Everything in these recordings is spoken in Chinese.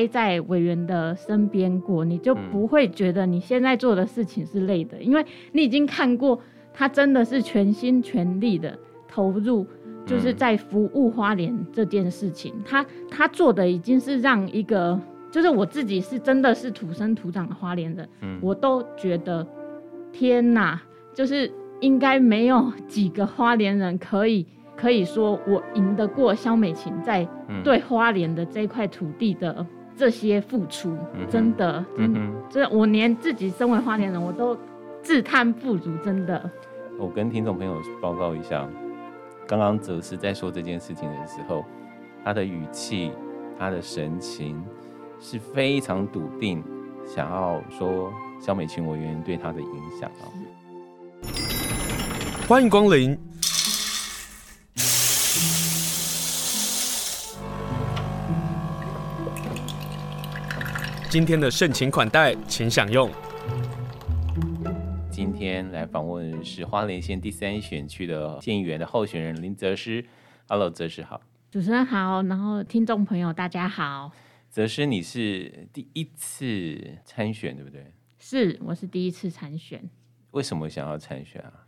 待在委员的身边过，你就不会觉得你现在做的事情是累的，因为你已经看过他真的是全心全力的投入，就是在服务花莲这件事情。他做的已经是让一个，就是我自己是真的是土生土长的花莲人，我都觉得天哪，就是应该没有几个花莲人可以说我赢得过萧美琴在对花莲的这块土地的这些付出，真的，这我连自己身为花莲人我都自叹不如，真的。 我跟听众朋友报告一下，刚刚哲师在说这件事情的时候，他的语气、他的神情是非常笃定，想要说萧美琴委员对他的影响。 欢迎光临。今天的盛情款待，请享用。 今天来访问的是花莲县第3选区的县议员的候选人林哲师。Hello， 哲师好。 主持人好，然后听众朋友大家好。 哲师，你是第一次参选对不对？ 是，我是第一次参选。 为什么想要参选啊？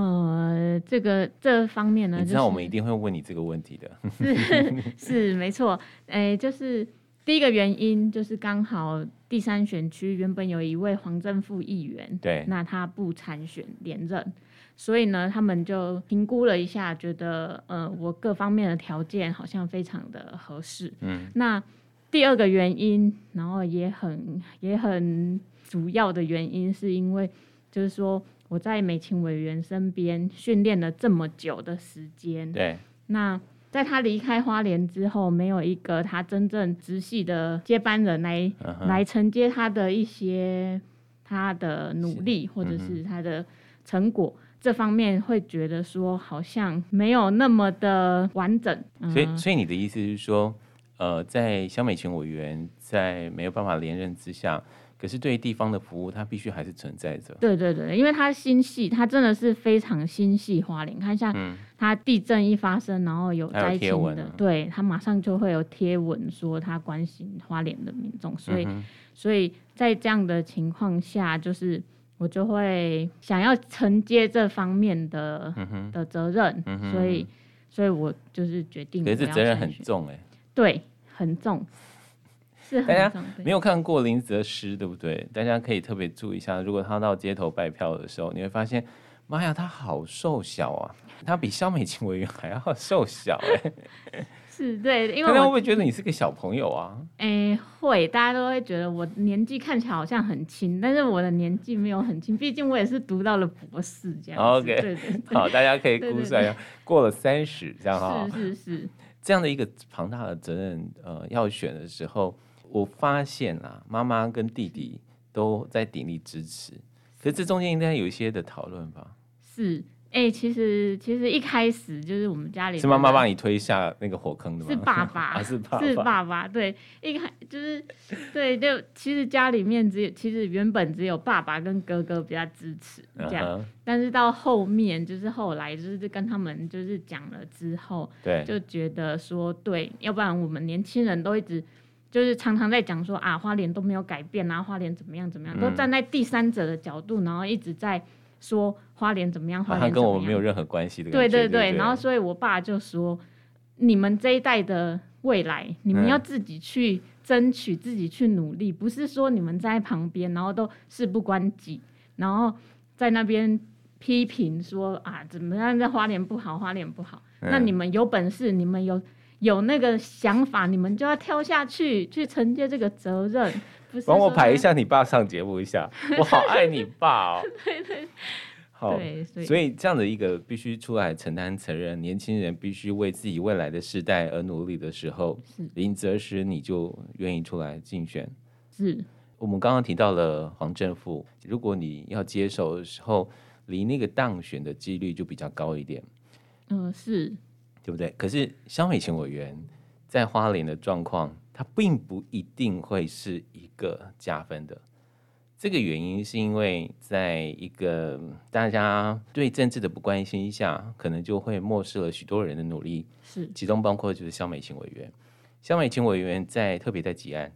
这方面呢， 你知道我们一定会问你这个问题的。 是没错，就是第一个原因就是刚好第3选区原本有一位黄正富议员， 对， 那他不参选连任，所以呢，他们就评估了一下，觉得我各方面的条件好像非常的合适。那第二个原因，然后也很主要的原因，是因为就是说我在美琴委员身边训练了这么久的时间， 对， 那在他离开花莲之后，没有一个他真正直系的接班人来承接他的一些他的努力或者是他的成果，这方面会觉得说好像没有那么的完整。 所以你的意思是说，在萧美琴委员在没有办法连任之下，可是对于地方的服务，它必须还是存在着。 对对对，因为他心系，他真的是非常心系花莲。看一下，他地震一发生，然后有灾情的，对，他马上就会有贴文说他关心花莲的民众，所以在这样的情况下，就是我就会想要承接这方面的责任，所以我就是决定我要参选。 可是这责任很重对，很重。 大家没有看过林哲师对不对？大家可以特别注意一下，如果他到街头拜票的时候，你会发现，妈呀，他好瘦小啊，他比萧美琴委员还要瘦小是，对，因为大家会不会觉得你是个小朋友啊？ 会，大家都会觉得我年纪看起来好像很轻，但是我的年纪没有很轻，毕竟我也是读到了博士这样子。 OK， 对， 好，大家可以估算一下，过了30这样哈。 是这样的一个庞大的责任，要选的时候。我发现啊，妈妈跟弟弟都在鼎力支持，可是这中间应该有一些的讨论吧？ 是，其实一开始就是我们家里是妈妈帮你推下那个火坑的吗？ 是爸爸， 是爸爸，对，就是对，就其实家里面其实原本只有爸爸跟哥哥比较支持这样，但是到后面就是后来就是跟他们就是讲了之后， 对， 就觉得说对，要不然我们年轻人都一直。就是常常在讲说啊，花莲都没有改变啊，花莲怎么样，都站在第三者的角度，然后一直在说花莲怎么样，花莲怎么样， 跟我们没有任何关系的感觉。 对，然后所以我爸就说，你们这一代的未来，你们要自己去争取，自己去努力，不是说你们在旁边，然后都事不关己，然后在那边批评说啊，怎么样在花莲不好，那你们有本事，你们有那个想法，你们就要跳下去承接这个责任。 帮我排一下你爸上节目一下，我好爱你爸哦。 对， 好，所以这样的一个必须出来承担责任，年轻人必须为自己未来的世代而努力的时候，林哲师你就愿意出来竞选。 是我们刚刚提到了黄正富，如果你要接手的时候，离那个当选的几率就比较高一点。 是。 对不对？可是萧美琴委员在花莲的状况，它并不一定会是一个加分的。这个原因是因为在一个大家对政治的不关心下，可能就会漠视了许多人的努力。 是， 其中包括就是萧美琴委员。萧美琴委员特别在吉安，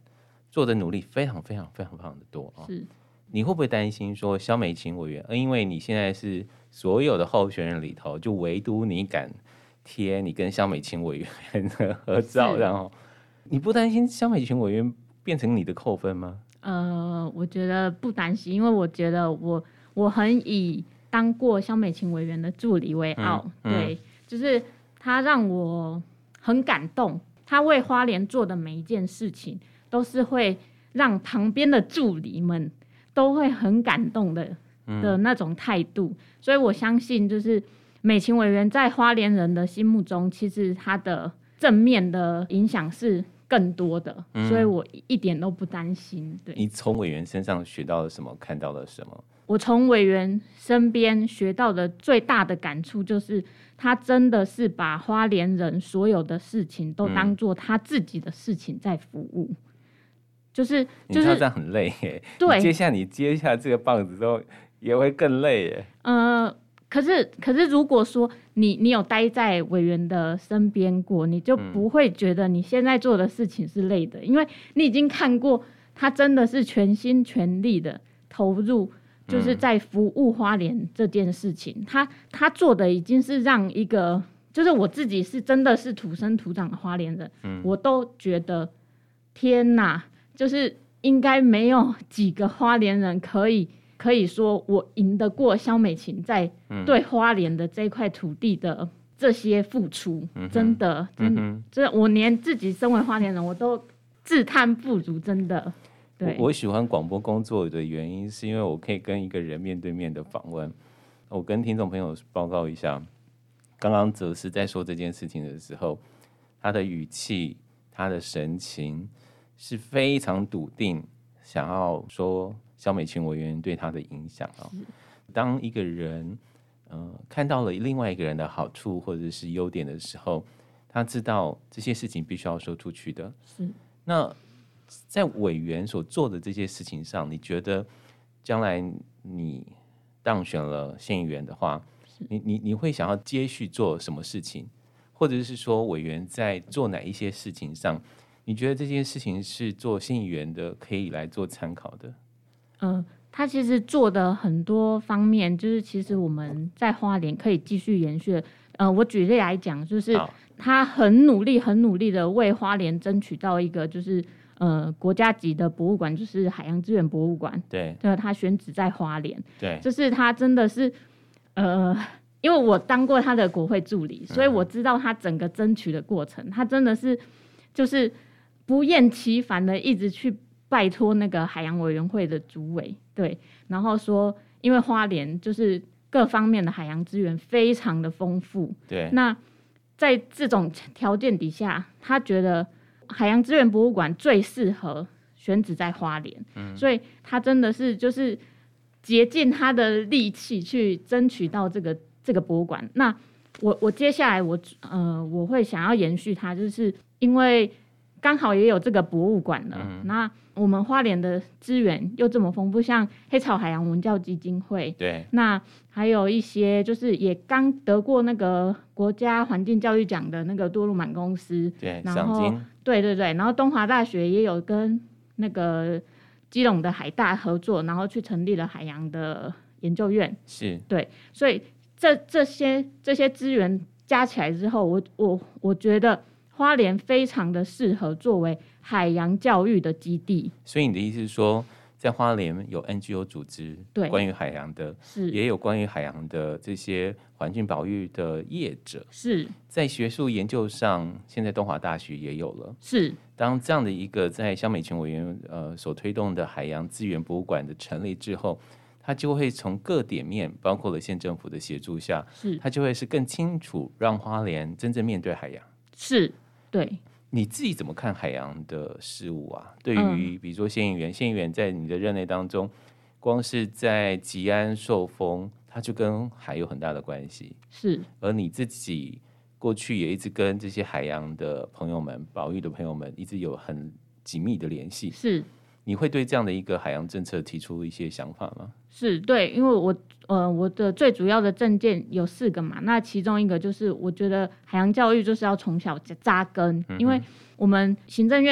做的努力非常非常非常非常的多啊。 是， 你会不会担心说萧美琴委员，因为你现在是所有的候选人里头，就唯独你敢贴你跟萧美琴委员的合照，然后你不担心萧美琴委员变成你的扣分吗？ 我觉得不担心，因为我觉得我很以当过萧美琴委员的助理为傲，对，就是他让我很感动，他为花莲做的每一件事情，都是会让旁边的助理们都会很感动的那种态度，所以我相信就是美琴委员在花莲人的心目中，其实他的正面的影响是更多的，所以我一点都不担心。对， 你从委员身上学到了什么？看到了什么？ 我从委员身边学到的最大的感触就是，他真的是把花莲人所有的事情都当做他自己的事情在服务。就是你知道这样很累耶。 对， 你接下这个棒子之后也会更累耶。 可是如果说你有待在委员的身边过，你就不会觉得你现在做的事情是累的，因为你已经看过他真的是全心全力的投入，就是在服务花莲这件事情。他做的已经是让一个，就是我自己是真的是土生土长的花莲人，我都觉得天哪，就是应该没有几个花莲人可以说我赢得过萧美琴在对花莲的这块土地的这些付出，真的，我连自己身为花莲人我都自叹不如，真的。对， 我喜欢广播工作的原因是因为我可以跟一个人面对面的访问。我跟听众朋友报告一下，刚刚哲思在说这件事情的时候，他的语气、他的神情是非常笃定，想要说萧美琴委员对他的影响。当一个人看到了另外一个人的好处或者是优点的时候，他知道这些事情必须要说出去的。 是。 那在委员所做的这些事情上，你觉得将来你当选了县议员的话，你会想要接续做什么事情，或者是说委员在做哪一些事情上，你觉得这件事情是做县议员的可以来做参考的？ 他其实做的很多方面，就是其实我们在花莲可以继续延续。我举例来讲，就是他很努力的为花莲争取到一个就是国家级的博物馆，就是海洋资源博物馆。 对， 他选址在花莲。 对， 就是他真的是因为我当过他的国会助理，所以我知道他整个争取的过程，他真的是就是不厌其烦的一直去拜托那个海洋委员会的主委，对，然后说因为花莲就是各方面的海洋资源非常的丰富， 对， 那在这种条件底下，他觉得海洋资源博物馆最适合选址在花莲，所以他真的是就是竭尽他的力气去争取到这个博物馆。那我接下来我会想要延续它，就是因为刚好也有这个博物馆了，那我们花莲的资源又这么丰富，像黑潮海洋文教基金会， 对， 那还有一些就是也刚得过那个国家环境教育奖的那个多路满公司， 对， 然后对，然后东华大学也有跟那个基隆的海大合作，然后去成立了海洋的研究院， 是对，所以这些资源加起来之后，我觉得花莲非常的适合作为海洋教育的基地。 所以你的意思是说，在花莲有 NGO 组织， 对， 关于海洋的，也有关于海洋的这些环境保育的业者， 是在学术研究上，现在东华大学也有了。 是， 当这样的一个在萧美琴委员所推动的海洋资源博物馆的成立之后，它就会从各点面，包括了县政府的协助下，它就会是更清楚让花莲真正面对海洋。 是，对。 你自己怎么看海洋的事物啊？对于比如说县议员在你的任内当中，光是在吉安受封，它就跟海有很大的关系。 是， 而你自己过去也一直跟这些海洋的朋友们、保育的朋友们，一直有很紧密的联系。 是， 你会对这样的一个海洋政策提出一些想法吗？ 是，对，因为我的最主要的政见有4个嘛，那其中一个就是我觉得海洋教育就是要从小扎根，因为我们行政院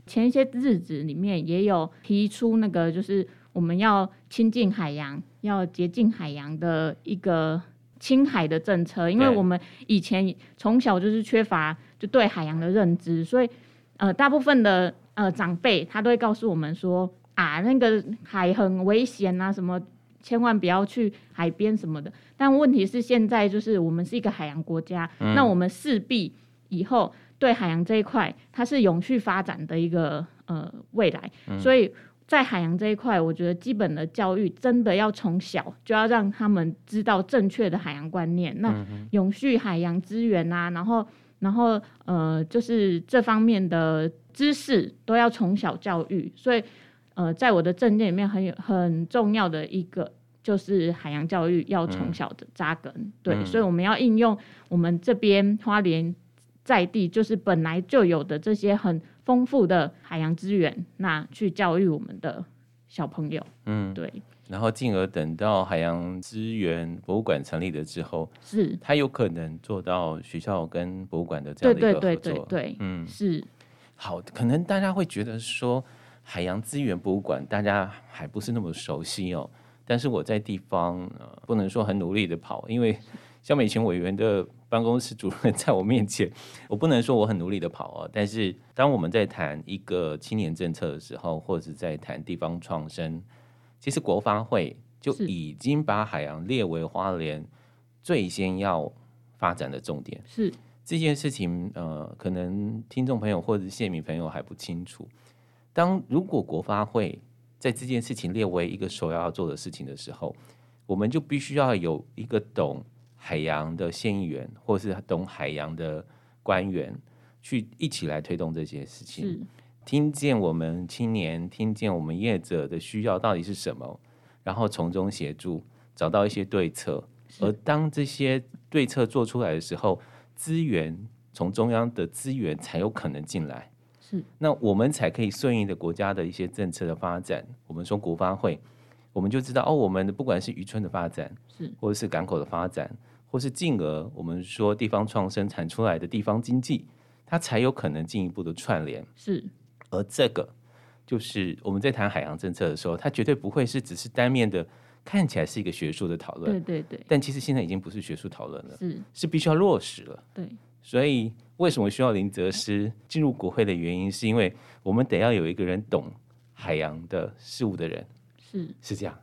前一些日子里面也有提出那个就是我们要亲近海洋，要洁净海洋的一个青海的政策，因为我们以前从小就是缺乏就对海洋的认知，所以大部分的长辈他都会告诉我们说啊，那个海很危险啊，什么千万不要去海边什么的。但问题是现在就是我们是一个海洋国家，那我们势必以后对海洋这一块它是永续发展的一个未来，所以在海洋这一块，我觉得基本的教育真的要从小就要让他们知道正确的海洋观念。那永续海洋资源啊，然后就是这方面的知识都要从小教育。所以在我的政见里面很重要的一个就是海洋教育要从小的扎根。对，所以我们要应用我们这边花莲在地就是本来就有的这些很丰富的海洋资源，那去教育我们的小朋友。对。 然后进而等到海洋资源博物馆成立了之后， 是它有可能做到学校跟博物馆的这样的一个合作。 对，是。 好，可能大家会觉得说海洋资源博物馆大家还不是那么熟悉哦，但是我在地方不能说很努力的跑，因为萧美琴委员的办公室主任在我面前，我不能说我很努力的跑哦。但是当我们在谈一个青年政策的时候，或者在谈地方创生，其实国发会就已经把海洋列为花莲最先要发展的重点。 是这件事情，可能听众朋友或者县民朋友还不清楚。如果国发会在这件事情列为一个首要要做的事情的时候，我们就必须要有一个懂海洋的县议员，或是懂海洋的官员，去一起来推动这些事情。听见我们青年，听见我们业者的需要到底是什么，然后从中协助，找到一些对策。而当这些对策做出来的时候，资源从中央的资源才有可能进来。那我们才可以顺应的国家的一些政策的发展。我们说国发会，我们就知道我们的不管是渔村的发展，或者是港口的发展，或是进而我们说地方创生产出来的地方经济，它才有可能进一步的串联。而这个就是我们在谈海洋政策的时候，它绝对不会是只是单面的，看起来是一个学术的讨论。对，但其实现在已经不是学术讨论了，是必须要落实了。对，所以为什么需要林则师进入国会的原因，是因为我们得要有一个人懂海洋的事物的人。是这样。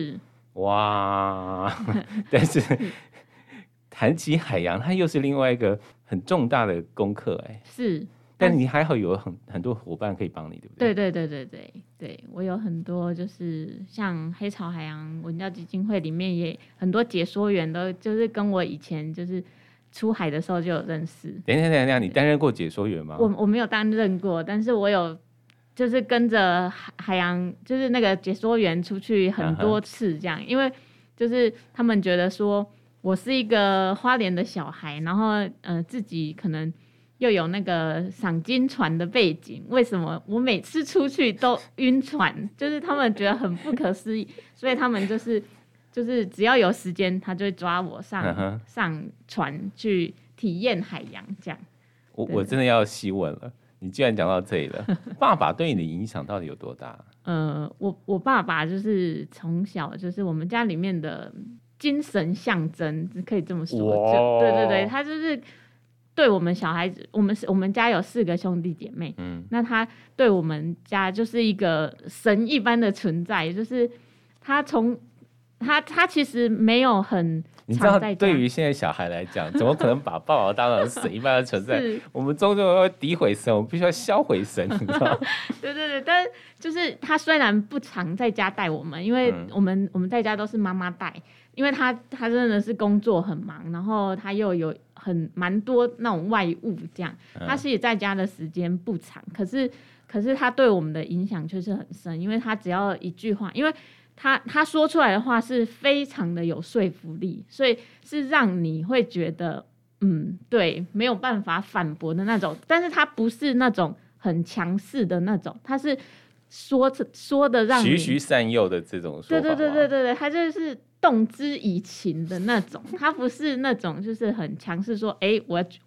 哇！但是谈起海洋，它又是另外一个很重大的功课。但你还好有很多伙伴可以帮你，对不对？对，我有很多就是像黑潮海洋文教基金会里面也很多解说员，都就是跟我以前就是出海的时候就有认识。等一下，你担任过解说员吗？我没有担任过，但是我有就是跟着海洋就是那个解说员出去很多次这样。因为就是他们觉得说我是一个花莲的小孩，然后自己可能又有那个赏金船的背景，为什么我每次出去都晕船？就是他们觉得很不可思议，所以他们就是只要有时间，他就会抓我上船去体验海洋这样。我真的要细问了，你既然讲到这里了，爸爸对你的影响到底有多大？我爸爸就是从小就是我们家里面的精神象征，可以这么说。对，他就是对我们小孩子，我们家有4个兄弟姐妹，那他对我们家就是一个神一般的存在，就是他其实没有很常在家。你知道，对于现在小孩来讲，怎么可能把爸爸当成神一般的存在？我们终究要诋毁神，我们必须要销毁神，你知道？对，但是就是他虽然不常在家带我们，因为我们在家都是妈妈带。因为他真的是工作很忙，然后他又有蛮多那种外务这样，他其实在家的时间不长，可是他对我们的影响却是很深，因为他只要一句话，因为他说出来的话是非常的有说服力，所以是让你会觉得对，没有办法反驳的那种，但是他不是那种很强势的那种，他是说的让你循循善诱的这种说法。对，他就是动之以情的那种，他不是那种就是很强势说，我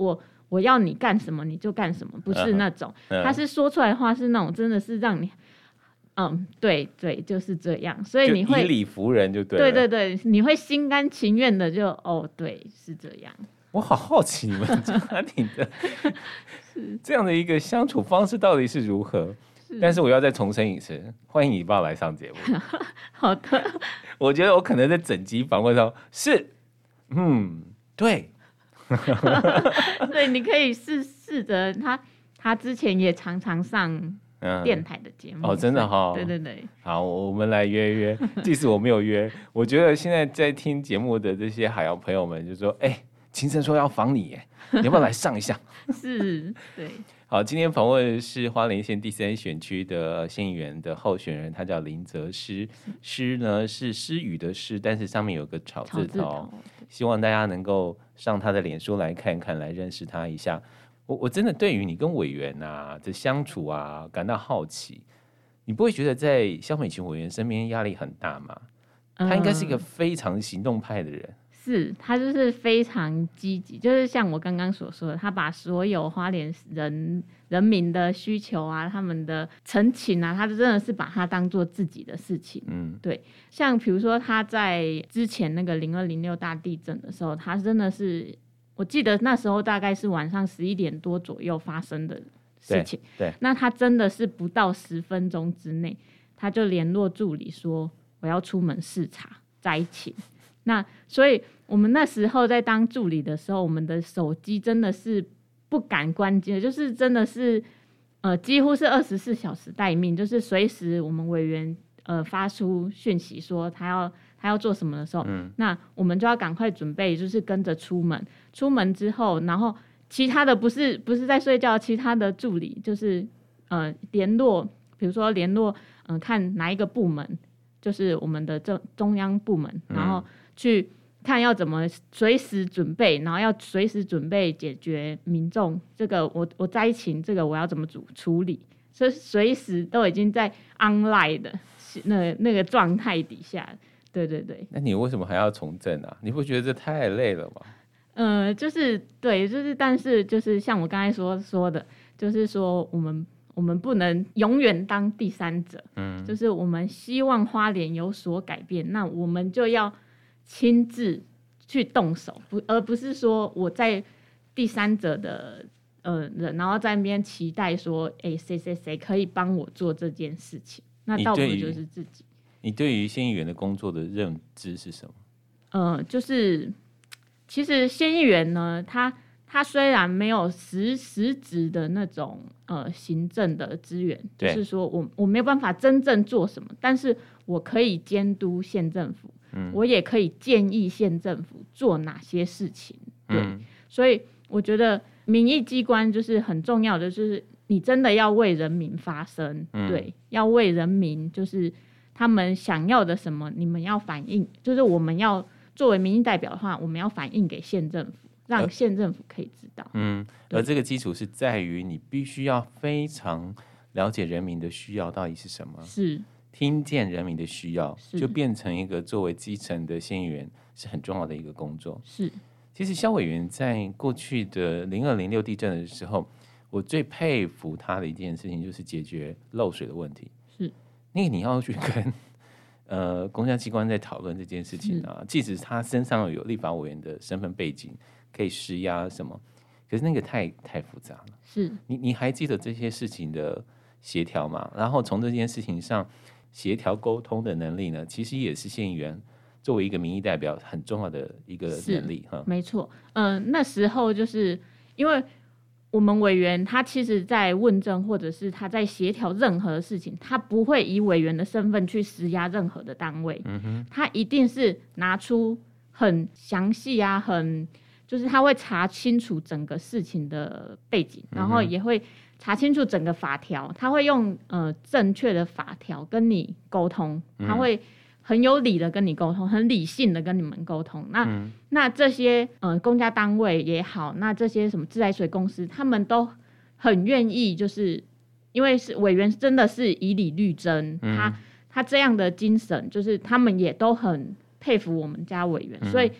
我要你干什么你就干什么，不是那种，他是说出来的话是那种真的是让你对对，就是这样，所以你会以理服人就对了。 对对对，你会心甘情愿的就对，是这样。 我好好奇你们家庭的这样的一个相处方式到底是如何？但是我要再重申一次，欢迎你爸来上节目。 好的， 我觉得我可能在整集访问上是，对， 对，你可以试着他之前也常常上电台的节目真的哈， 对对对， 好，我们来约，即使我没有约，我觉得现在在听节目的这些海洋朋友们就说，秦晨说要访你耶，你要不要来上一下？ 是，对。 好，今天访问的是花莲县第3选区的县议员的候选人，他叫林则施，施呢是施语的施，但是上面有个草字头，希望大家能够上他的脸书来看看，来认识他一下。我真的对于你跟委员的相处感到好奇，你不会觉得在萧美琴委员身边压力很大吗？他应该是一个非常行动派的人。 是，他就是非常积极，就是像我刚刚所说的，他把所有花莲人民的需求他们的陈情他真的是把它当做自己的事情。对，像比如说他在之前那个0206大地震的时候，他真的是，我记得那时候大概是晚上11点多左右发生的事情。 对， 那他真的是不到10分钟之内，他就联络助理说我要出门视察灾情。那所以我们那时候在当助理的时候，我们的手机真的是不敢关机，就是真的是几乎是24小时待命，就是随时我们委员发出讯息说他要做什么的时候，那我们就要赶快准备，就是跟着出门。出门之后，然后其他的不是在睡觉，其他的助理就是联络，比如说联络看哪一个部门，就是我们的中央部门，然后去看要怎么随时准备，然后要随时准备解决民众这个我灾情，这个我要怎么处理，所以随时都已经在 online 的那个状态底下。对对对。 那你为什么还要从政啊？你不觉得这太累了吗？ 就是对，就是但是就是像我刚才说的，就是说我们不能永远当第三者，就是我们希望花莲有所改变，那我们就要亲自去动手，而不是说我在第三者的人，然后在那边期待说，谁可以帮我做这件事情，那倒不如就是自己。 你对于县议员的工作的认知是什么？ 就是其实县议员呢，他虽然没有实质的那种行政的资源，就是说我没有办法真正做什么，但是我可以监督县政府，我也可以建议县政府做哪些事情。对，所以我觉得民意机关就是很重要的，就是你真的要为人民发声，对，要为人民就是他们想要的什么，你们要反映，就是我们要作为民意代表的话，我们要反映给县政府。让县政府可以知道， 而这个基础是在于你必须要非常了解人民的需要到底是什么， 是听见人民的需要，就变成一个作为基层的县议员是很重要的一个工作。 是， 其实萧委员在过去的0206地震的时候，我最佩服他的一件事情就是解决漏水的问题。 是， 那个你要去跟公家机关在讨论这件事情即使他身上有立法委员的身份背景。可以施压什么？可是那个太复杂了。 是你还记得这些事情的协调吗？然后从这件事情上协调沟通的能力呢，其实也是县议员作为一个民意代表很重要的一个能力哈。 没错，那时候就是因为我们委员他其实在问政或者是他在协调任何事情，他不会以委员的身份去施压任何的单位，他一定是拿出很详细就是他会查清楚整个事情的背景，然后也会查清楚整个法条，他会用正确的法条跟你沟通，他会很有理的跟你沟通，很理性的跟你们沟通。那这些公家单位也好，那这些什么自来水公司，他们都很愿意，就是因为是委员真的是以理律争，他这样的精神，就是他们也都很佩服我们家委员，所以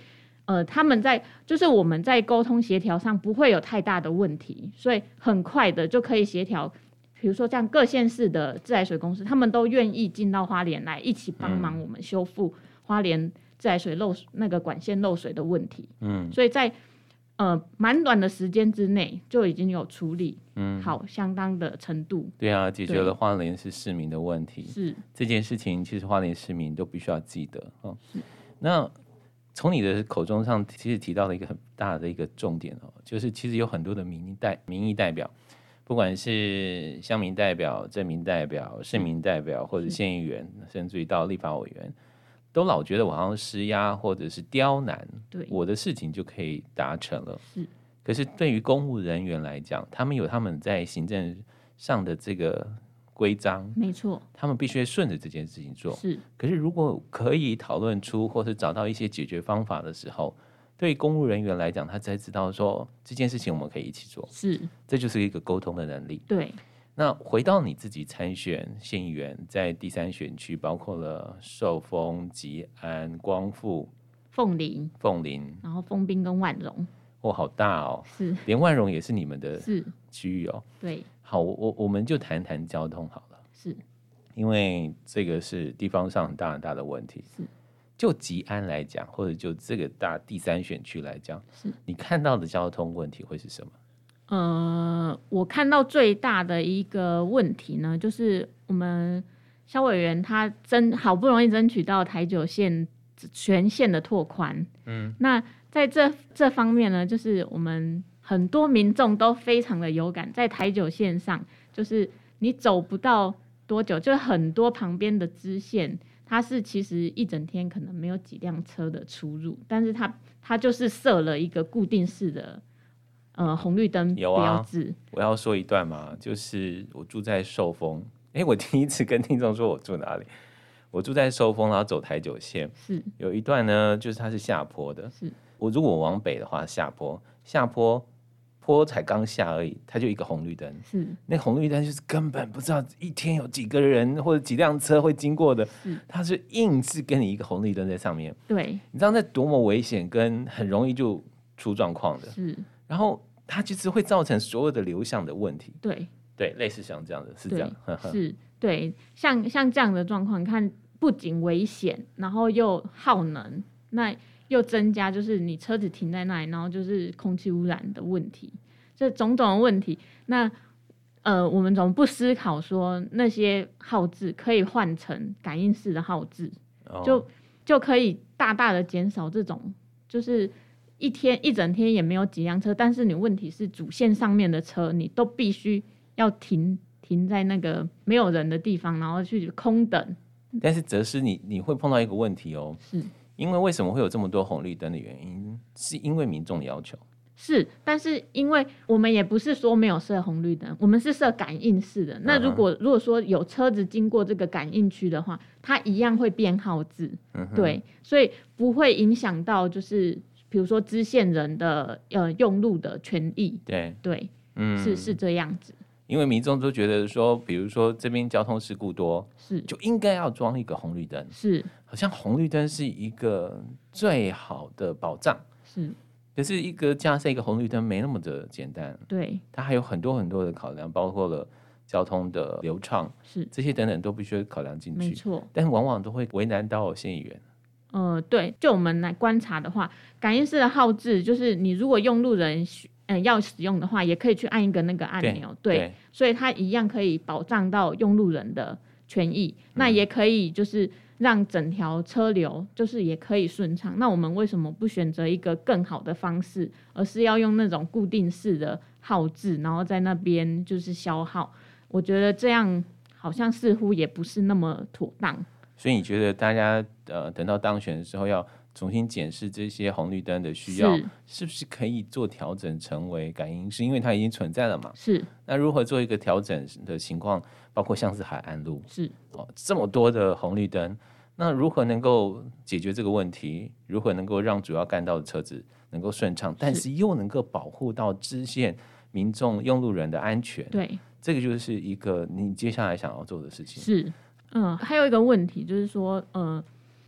他们就是我们在沟通协调上不会有太大的问题，所以很快的就可以协调。比如说像各县市的自来水公司，他们都愿意进到花莲来一起帮忙我们修复花莲自来水那个管线漏水的问题。所以在蛮短的时间之内就已经有处理好相当的程度。 对啊，解决了花莲市市民的问题。 是这件事情，其实花莲市民都必须要记得那从你的口中上，其实提到了一个很大的一个重点就是其实有很多的民意代表。不管是乡民代表、镇民代表、市民代表，或者县议员，甚至于到立法委员，都老觉得我好像施压或者是刁难，我的事情就可以达成了。可是对于公务人员来讲，他们有他们在行政上的这个规章， 没错， 他们必须顺着这件事情做。可是如果可以讨论出或是找到一些解决方法的时候，对公务人员来讲，他才知道说这件事情我们可以一起做，这就是一个沟通的能力。 对。 那回到你自己参选县议员，在第3选区，包括了寿丰、吉安、光复、 凤林，然后丰滨跟万荣， 好大哦，连万荣也是你们的区域哦。 对， 好，我们就谈谈交通好了，因为这个是地方上很大很大的问题。就吉安来讲，或者就这个第3选区来讲，你看到的交通问题会是什么？ 我看到最大的一个问题呢，就是我们萧委员他好不容易争取到台九线全线的拓宽，那在这方面呢，就是我们很多民众都非常的有感，在台九线上，就是你走不到多久，就很多旁边的支线。它是其实一整天可能没有几辆车的出入，但是它就是设了一个固定式的红绿灯标志。 我要说一段嘛，就是我住在寿丰，我第一次跟听众说我住哪里，我住在寿丰，然后走台九线，有一段呢，就是它是下坡的，我如果往北的话，下坡才刚下而已，它就一个红绿灯，那红绿灯就是根本不知道一天有几个人或者几辆车会经过的，它是硬是跟你一个红绿灯在上面， 对， 你知道那多么危险，跟很容易就出状况的，然后它就是会造成所有的流向的问题，对，类似像这样的，是这样， 对，像这样的状况，你看不仅危险，然后又耗能，那又增加就是你车子停在那里，然后就是空气污染的问题，这种种的问题。那我们怎么不思考说那些号志可以换成感应式的号志，就可以大大的减少这种就是一整天也没有几辆车，但是你问题是主线上面的车你都必须要停在那个没有人的地方，然后去空等。 但是则是你会碰到一个问题哦，因为什么会有这么多红绿灯的原因，是因为民众的要求。 但是因为我们也不是说没有设红绿灯，我们是设感应式的。那如果说有车子经过这个感应区的话，它一样会编号字，对，所以不会影响到就是比如说支线人的用路的权益。对，是这样子。 因为民众都觉得说，比如说这边交通事故多，就应该要装一个红绿灯，好像红绿灯是一个最好的保障，可是一个加设一个红绿灯没那么的简单，对，它还有很多很多的考量，包括了交通的流畅，这些等等都必须考量进去，没错，但往往都会为难到县议员。 对，就我们来观察的话，感应式的号志就是你如果用路人要使用的话，也可以去按一个那个按钮， 对，所以它一样可以保障到用路人的权益，那也可以就是让整条车流就是也可以顺畅。那我们为什么不选择一个更好的方式，而是要用那种固定式的号志，然后在那边就是消耗？我觉得这样好像似乎也不是那么妥当。 所以你觉得大家等到当选的时候要重新检视这些红绿灯的需要，是不是可以做调整成为感应式？因为它已经存在了嘛。那如何做一个调整的情况，包括像是海岸路，这么多的红绿灯，那如何能够解决这个问题？如何能够让主要干道的车子能够顺畅，但是又能够保护到支线民众用路人的安全？对，这个就是一个你接下来想要做的事情。还有一个问题就是说，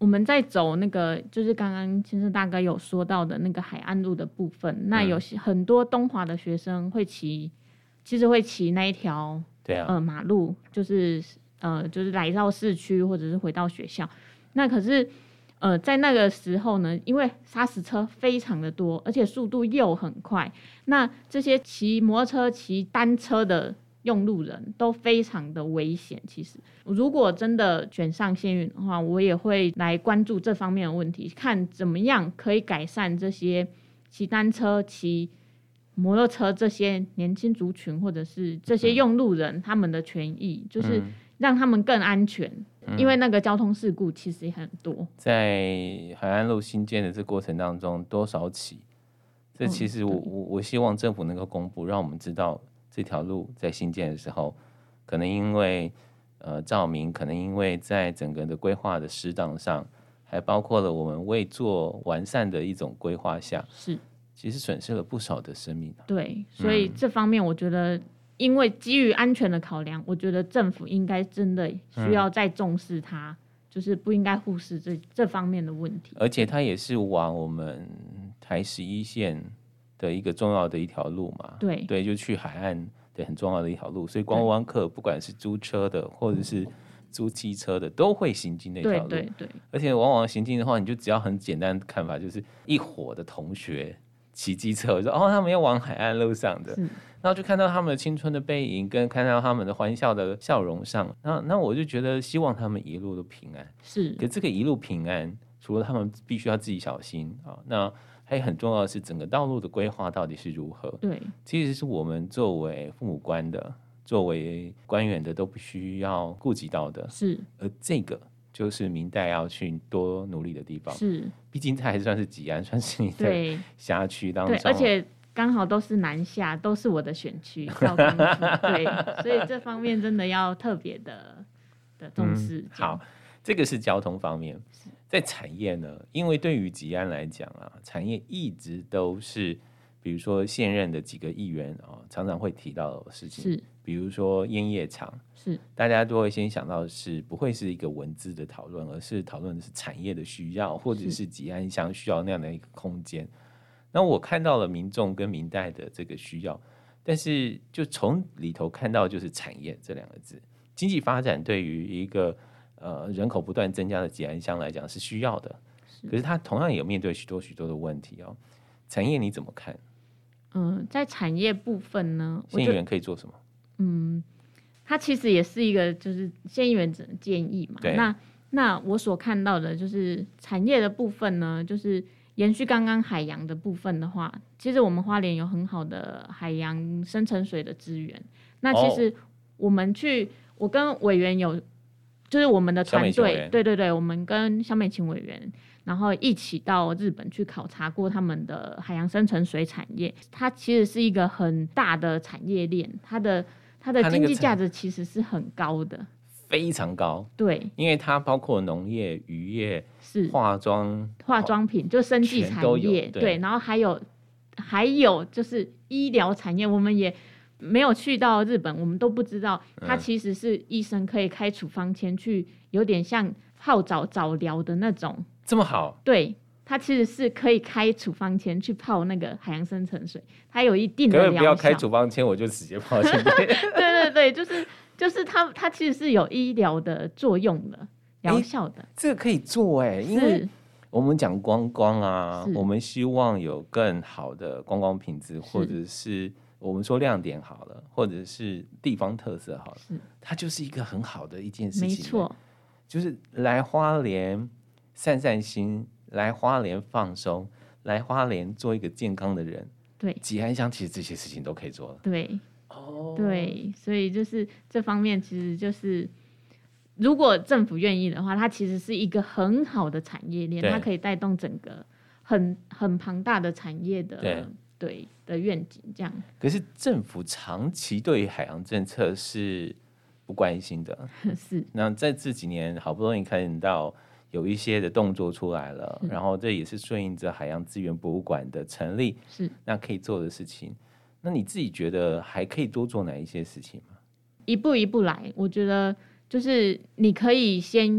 我们在走那个，就是刚刚先生大哥有说到的那个海岸路的部分，那有很多东华的学生会骑，其实会骑那一条马路，就是来到市区或者是回到学校。那可是在那个时候呢，因为砂石车非常的多，而且速度又很快，那这些骑摩托车、骑单车的用路人都非常的危险。其实如果真的选上县运的话，我也会来关注这方面的问题，看怎么样可以改善这些骑单车、骑摩托车这些年轻族群或者是这些用路人他们的权益，就是让他们更安全。因为那个交通事故其实也很多， 在海岸路新建的这过程当中多少起，这其实我希望政府能够公布，让我们知道这条路在新建的时候，可能因为照明，可能因为在整个的规划的适当上，还包括了我们未做完善的一种规划下， 是其实损失了不少的生命。 对，所以这方面我觉得，因为基于安全的考量，我觉得政府应该真的需要再重视它，就是不应该忽视这方面的问题。 而且它也是往我们台11线的一个重要的一条路嘛，对，就去海岸的很重要的一条路，所以观光客不管是租车的或者是租汽车的都会行经那条路，对，而且往往行经的话，你就只要很简单的看法，就是一伙的同学骑机车，我说他们要往海岸路上的，然后就看到他们的青春的背影，跟看到他们的欢笑的笑容上，那我就觉得希望他们一路都平安。是，可这个一路平安，除了他们必须要自己小心啊，那还有很重要的是整个道路的规划到底是如何。对，其实是我们作为父母官的，作为官员的都必须要顾及到的。是，而这个就是民代要去多努力的地方。是，毕竟它还算是吉安，算是你的辖区当中，对， 而且刚好都是南下，都是我的选区，赵康区对，所以这方面真的要特别的重视。 好，这个是交通方面。在产业呢，因为对于吉安来讲啊，产业一直都是，比如说现任的几个议员常常会提到的事情，是，比如说烟叶厂，是，大家都会先想到是不会是一个文字的讨论，而是讨论的是产业的需要，或者是吉安乡需要那样的一个空间。那我看到了民众跟民代的这个需要，但是就从里头看到就是产业这两个字，经济发展对于一个人口不断增加的吉安乡来讲是需要的，可是它同样也面对许多许多的问题哦。产业你怎么看？ 在产业部分呢， 县议员可以做什么？ 它其实也是一个就是县议员只能建议嘛。那我所看到的就是产业的部分呢，就是延续刚刚海洋的部分的话，其实我们花莲有很好的海洋深层水的资源。那其实我跟委员有。就是我们的团队，对，我们跟萧美琴委员，然后一起到日本去考察过他们的海洋深层水产业。它其实是一个很大的产业链，它的经济价值其实是很高的， 非常高。 对， 因为它包括农业、渔业、是化妆品， 就生技产业，对，然后还有就是医疗产业，我们也没有去到日本，我们都不知道，它其实是医生可以开处方签去，有点像泡早疗的那种。 这么好？ 对，它其实是可以开处方签去泡那个海洋深层水，它有一定的疗效。 不要开处方签，我就直接泡进去。 对，就是它其实是有医疗的作用的，疗效的。 这个可以做因为我们讲观光啊，我们希望有更好的观光品质，或者是我们说亮点好了，或者是地方特色好了，它就是一个很好的一件事情。没错，就是来花莲散散心，来花莲放松，来花莲做一个健康的人。对，吉安乡其实这些事情都可以做了。 对，对，所以就是这方面其实就是，如果政府愿意的话，它其实是一个很好的产业链，它可以带动整个很庞大的产业的。对的愿景这样。 可是政府长期对于海洋政策是不关心的。是。那在这几年好不容易看到有一些的动作出来了，然后这也是顺应着海洋资源博物馆的成立，是那可以做的事情。那你自己觉得还可以多做哪一些事情吗？ 一步一步来，我觉得就是你可以先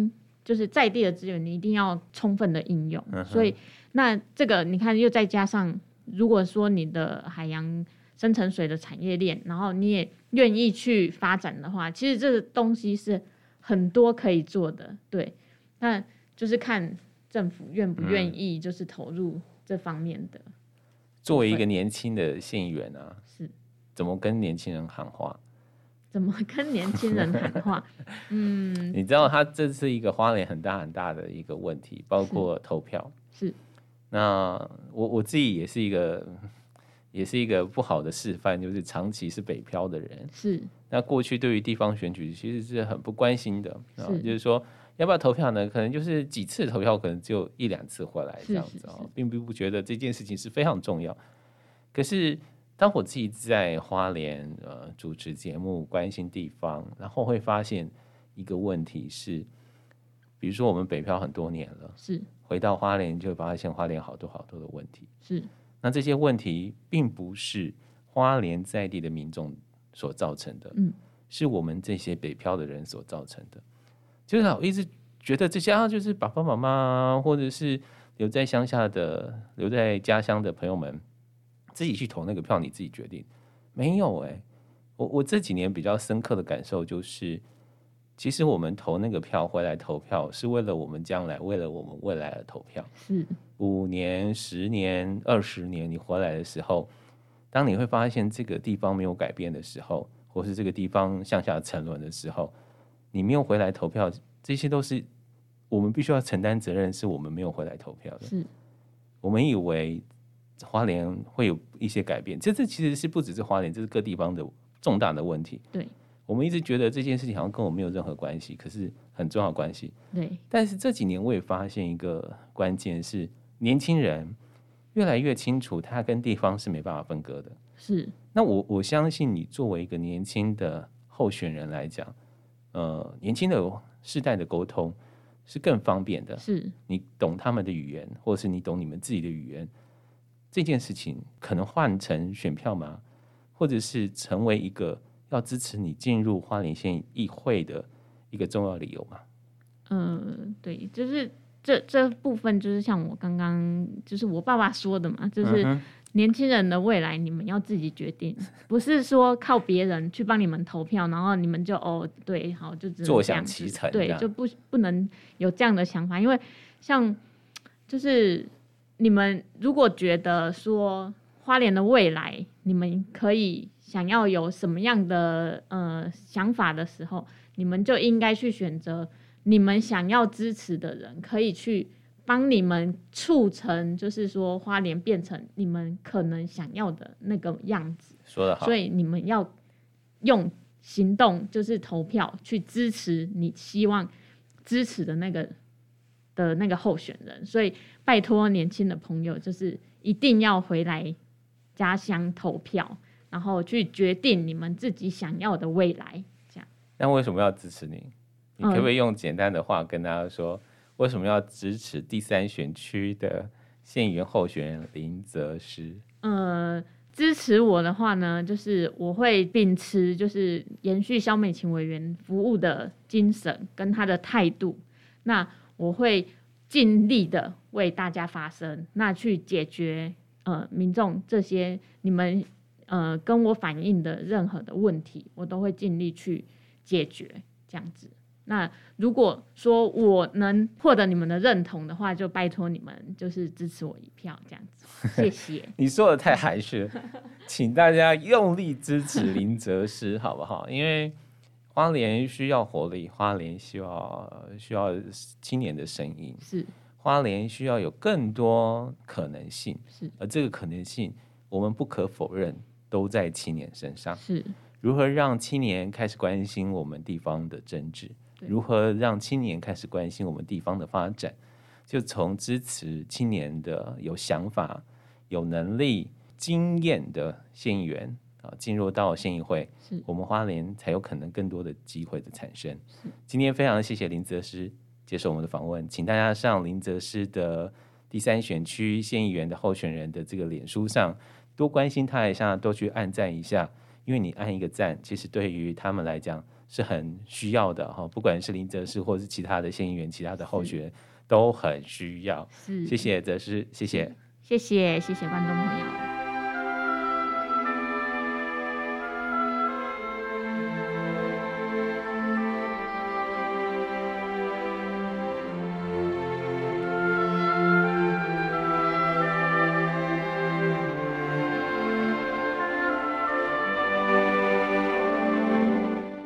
就是在地的资源，你一定要充分的应用。所以那这个你看，又再加上如果说你的海洋深层水的产业链，然后你也愿意去发展的话，其实这个东西是很多可以做的。对，那就是看政府愿不愿意就是投入这方面的。 作为一个年轻的县议员啊， 是怎么跟年轻人喊话？ 怎么跟年轻人喊话？ 你知道他这是一个花莲很大很大的一个问题，包括投票。 是。 那我自己也是一个不好的示范，就是长期是北漂的人。 是。 那过去对于地方选举其实是很不关心的，就是说要不要投票呢？可能就是几次投票，可能只有1-2次回来这样子并不觉得这件事情是非常重要。可是当我自己在花莲主持节目，关心地方，然后会发现一个问题是，比如说我们北漂很多年了， 是回到花莲就会发现花莲好多好多的问题。 是， 那这些问题并不是花莲在地的民众所造成的，是我们这些北漂的人所造成的。就是我一直觉得这些就是爸爸妈妈或者是留在乡下的、留在家乡的朋友们自己去投那个票，你自己决定。没有我这几年比较深刻的感受就是，其实我们投那个票回来投票，是为了我们将来，为了我们未来而投票。 是 5年、10年、20年，你回来的时候，当你会发现这个地方没有改变的时候，或是这个地方向下沉沦的时候，你没有回来投票，这些都是我们必须要承担责任，是我们没有回来投票的。 是， 我们以为花莲会有一些改变，这其实是不只是花莲，这是各地方的重大的问题。 对， 我们一直觉得这件事情好像跟我没有任何关系，可是很重要的关系。 对， 但是这几年我也发现一个关键是，年轻人越来越清楚，他跟地方是没办法分割的。 是， 那我相信你作为一个年轻的候选人来讲，年轻的世代的沟通是更方便的。 是， 你懂他们的语言，或是你懂你们自己的语言，这件事情可能换成选票吗？或者是成为一个要支持你进入花莲县议会的一个重要理由吗？ 对，就是这部分就是像我刚刚就是我爸爸说的嘛，就是年轻人的未来你们要自己决定，不是说靠别人去帮你们投票，然后你们就对，好，就只能坐享其成， 对，就不能有这样的想法。因为像就是你们如果觉得说花莲的未来你们可以想要有什么样的想法的时候，你们就应该去选择你们想要支持的人，可以去帮你们促成，就是说花莲变成你们可能想要的那个样子。 说得好。 所以你们要用行动，就是投票去支持你希望支持的那个候选人。所以拜托年轻的朋友，就是一定要回来家乡投票，然后去决定你们自己想要的未来。这样。 那为什么要支持你？你可不可以用简单的话跟大家说，为什么要支持第3选区的县议员候选人林则师？ 支持我的话呢，就是我会秉持就是延续萧美琴委员服务的精神跟他的态度，那我会尽力的为大家发声，那去解决民众这些你们跟我反映的任何的问题，我都会尽力去解决这样子。那如果说我能获得你们的认同的话，就拜托你们就是支持我1票这样子，谢谢。 你说的太含蓄了，请大家用力支持林则师好不好？因为花莲需要活力，花莲需要青年的声音， 是花莲需要有更多可能性， 是， 而这个可能性我们不可否认都在青年身上。 是如何让青年开始关心我们地方的政治？如何让青年开始关心我们地方的发展？就从支持青年的有想法、有能力、经验的县议员进入到县议会，我们花莲才有可能更多的机会的产生。今天非常谢谢林则师接受我们的访问，请大家上林则师的第3选区县议员的候选人的这个脸书上多关心他一下，多去按赞一下，因为你按一个赞，其实对于他们来讲是很需要的哈，不管是林则是或是其他的县议员、其他的候选人都很需要。 是， 谢谢则是，谢谢， 谢谢观众朋友。